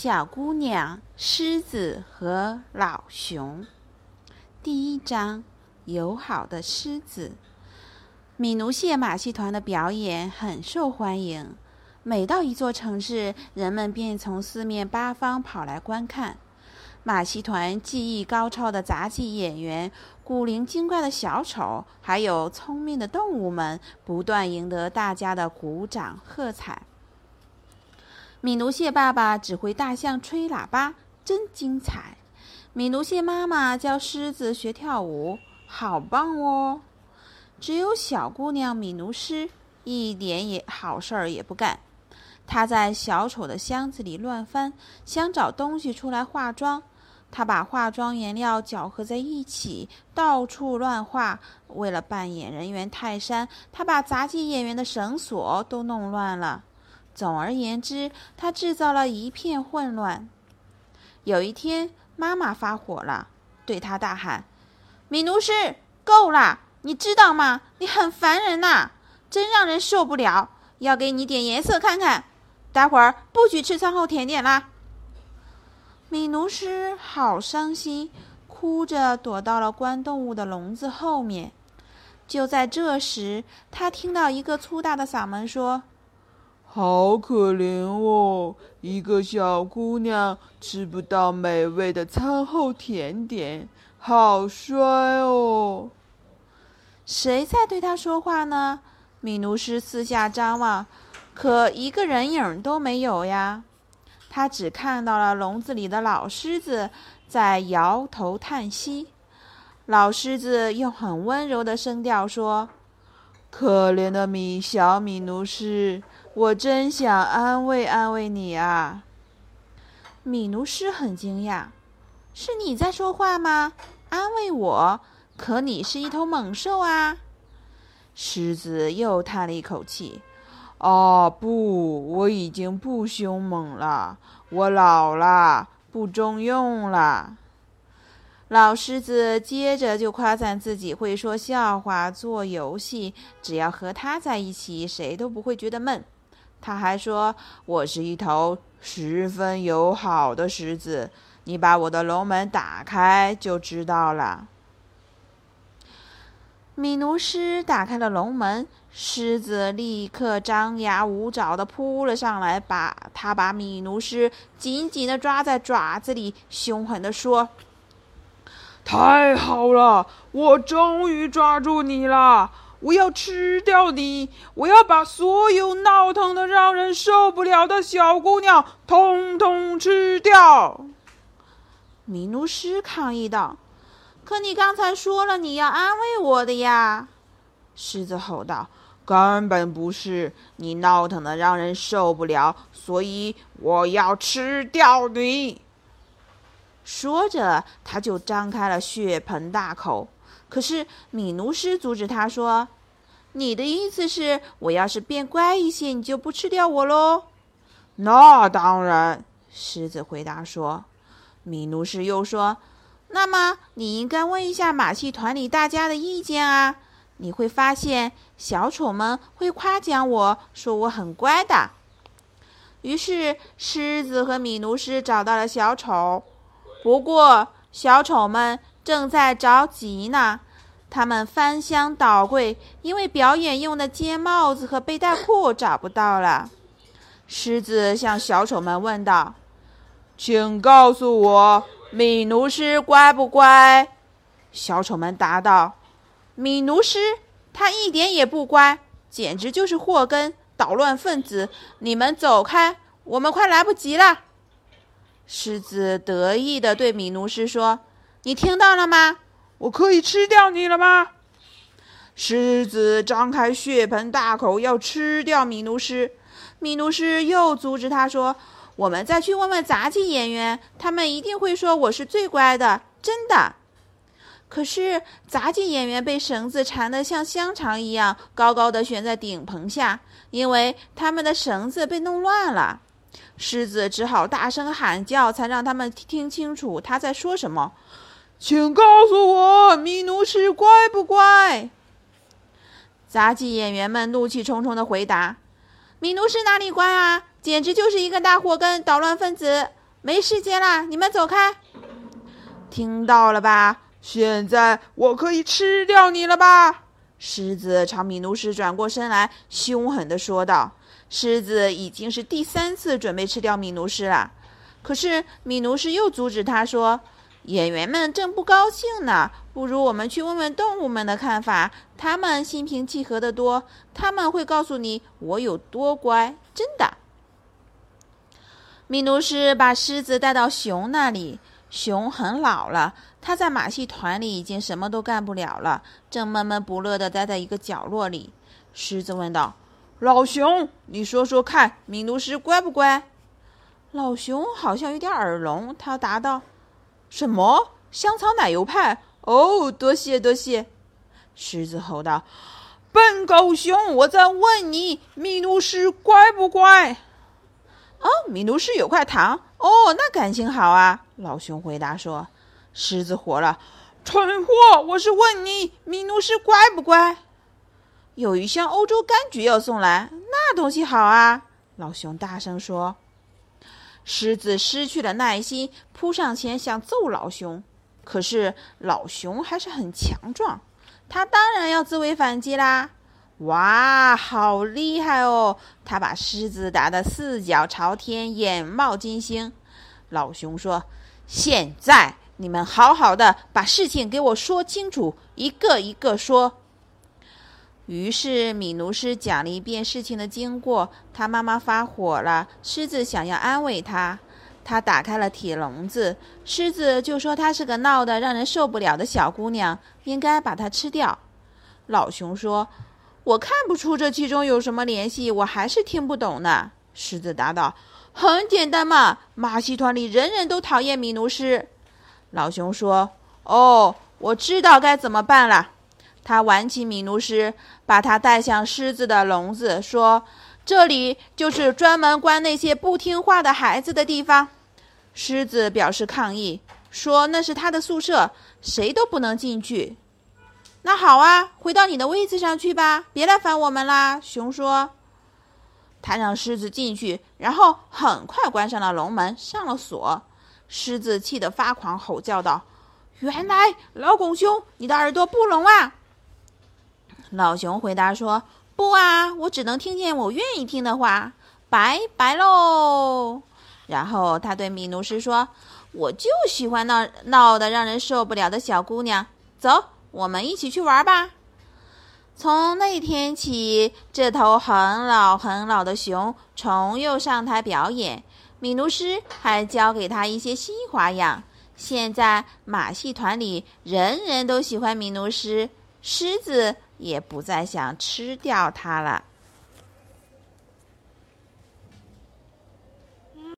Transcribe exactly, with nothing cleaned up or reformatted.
小姑娘、狮子和老熊。第一章，友好的狮子。米奴谢马戏团的表演很受欢迎，每到一座城市，人们便从四面八方跑来观看。马戏团技艺高超的杂技演员、古灵精怪的小丑，还有聪明的动物们，不断赢得大家的鼓掌喝彩。米奴谢爸爸指挥大象吹喇叭，真精彩。米奴谢妈妈教狮子学跳舞，好棒哦。只有小姑娘米奴斯一点也好事儿也不干，她在小丑的箱子里乱翻，想找东西出来化妆。她把化妆颜料搅和在一起，到处乱画。为了扮演人猿泰山，她把杂技演员的绳索都弄乱了。总而言之，她制造了一片混乱。有一天，妈妈发火了，对她大喊：“米奴斯，够了！你知道吗？你很烦人呐，真让人受不了！要给你点颜色看看，待会儿不许吃餐后甜点啦！”米奴斯好伤心，哭着躲到了关动物的笼子后面。就在这时，他听到一个粗大的嗓门说：“ 好可怜哦，一个小姑娘吃不到美味的餐后甜点，好衰哦。” 谁在对他说话呢？米奴斯四下张望，可一个人影都没有呀。他只看到了笼子里的老狮子在摇头叹息。老狮子用很温柔的声调说：“ 可怜的米小米奴斯，我真想安慰安慰你啊。” 米奴斯很惊讶：“是你在说话吗？安慰我？可你是一头猛兽啊！”狮子又叹了一口气：“ 哦，不，我已经不凶猛了，我老了，不中用了。” 老狮子接着就夸赞自己会说笑话、做游戏，只要和他在一起，谁都不会觉得闷。他还说：“我是一头十分友好的狮子，你把我的笼门打开就知道了。”米奴斯打开了笼门，狮子立刻张牙舞爪地扑了上来，把他把米奴斯紧紧地抓在爪子里，凶狠地说：“ 太好了，我终于抓住你了！我要吃掉你！我要把所有闹腾的让人受不了的小姑娘统统吃掉！” 米奴斯抗议道：“可你刚才说了你要安慰我的呀！”狮子吼道：“ 根本不是，你闹腾的让人受不了，所以我要吃掉你！” 说着，他就张开了血盆大口。可是米奴斯阻止他说：“你的意思是，我要是变乖一些，你就不吃掉我喽？”“ 那当然。” 狮子回答说。米奴斯又说：“那么你应该问一下马戏团里大家的意见啊！你会发现，小丑们会夸奖我说我很乖的。”于是狮子和米奴斯找到了小丑。不过，小丑们正在着急呢。他们翻箱倒柜，因为表演用的尖帽子和背带裤找不到了。狮子向小丑们问道：“ 请告诉我，米奴斯乖不乖？” 小丑们答道：“米奴斯，他一点也不乖，简直就是祸根，捣乱分子！你们走开，我们快来不及了。”狮子得意地对米奴斯说：“你听到了吗？ 我可以吃掉你了吗？” 狮子张开血盆大口要吃掉米奴斯。米奴斯又阻止他说：“我们再去问问杂技演员，他们一定会说我是最乖的，真的。”可是杂技演员被绳子缠得像香肠一样高高的悬在顶棚下，因为他们的绳子被弄乱了。狮子只好大声喊叫，才让他们听清楚他在说什么。 “请告诉我，米奴斯乖不乖？” 杂技演员们怒气冲冲地回答：“米奴斯哪里乖啊？简直就是一个大祸根，捣乱分子！ 没时间啦，你们走开。 听到了吧？现在我可以吃掉你了吧？ 狮子朝米努斯转过身来，凶狠地说道。狮子已经是第三次准备吃掉米努斯了，可是米努斯又阻止他说：“演员们正不高兴呢，不如我们去问问动物们的看法，他们心平气和得多，他们会告诉你我有多乖，真的。”米努斯把狮子带到熊那里，熊很老了，他在马戏团里已经什么都干不了了，正闷闷不乐地待在一个角落里。狮子问道：“ 老熊，你说说看，米努斯乖不乖？” 老熊好像有点耳聋，他答道：“ 什么？香草奶油派？哦，多谢多谢。” 狮子吼道：“ 笨狗熊，我在问你，米努斯乖不乖？” 哦，米努斯有块糖哦，那感情好啊。老熊回答说。狮子火了：“ 蠢货！我是问你，米努斯乖不乖？” 有一箱欧洲柑橘要送来，那东西好啊！老熊大声说。狮子失去了耐心，扑上前想揍老熊，可是老熊还是很强壮，他当然要自卫反击啦！哇，好厉害哦！他把狮子打得四脚朝天，眼冒金星。老熊说：“现在你们好好的把事情给我说清楚，一个一个说。”于是米努斯讲了一遍事情的经过。他妈妈发火了，狮子想要安慰他。他打开了铁笼子，狮子就说她是个闹得让人受不了的小姑娘，应该把她吃掉。老熊说：“我看不出这其中有什么联系，我还是听不懂呢。”狮子答道：“很简单嘛，马戏团里人人都讨厌米努斯。”老熊说：“哦，我知道该怎么办了。”他挽起米努斯，把他带向狮子的笼子，说：“这里就是专门关那些不听话的孩子的地方。”狮子表示抗议，说那是他的宿舍，谁都不能进去。“那好啊，回到你的位子上去吧，别来烦我们啦。”熊说。他让狮子进去，然后很快关上了笼门，上了锁。狮子气得发狂，吼叫道：“原来老狗熊，你的耳朵不聋啊！”老熊回答说：“不啊，我只能听见我愿意听的话，拜拜喽。”然后他对米努斯说：“我就喜欢闹闹得让人受不了的小姑娘，走，我们一起去玩吧。”从那天起，这头很老很老的熊重又上台表演，米努斯还教给他一些新花样。现在马戏团里人人都喜欢米努斯，狮子也不再想吃掉它了。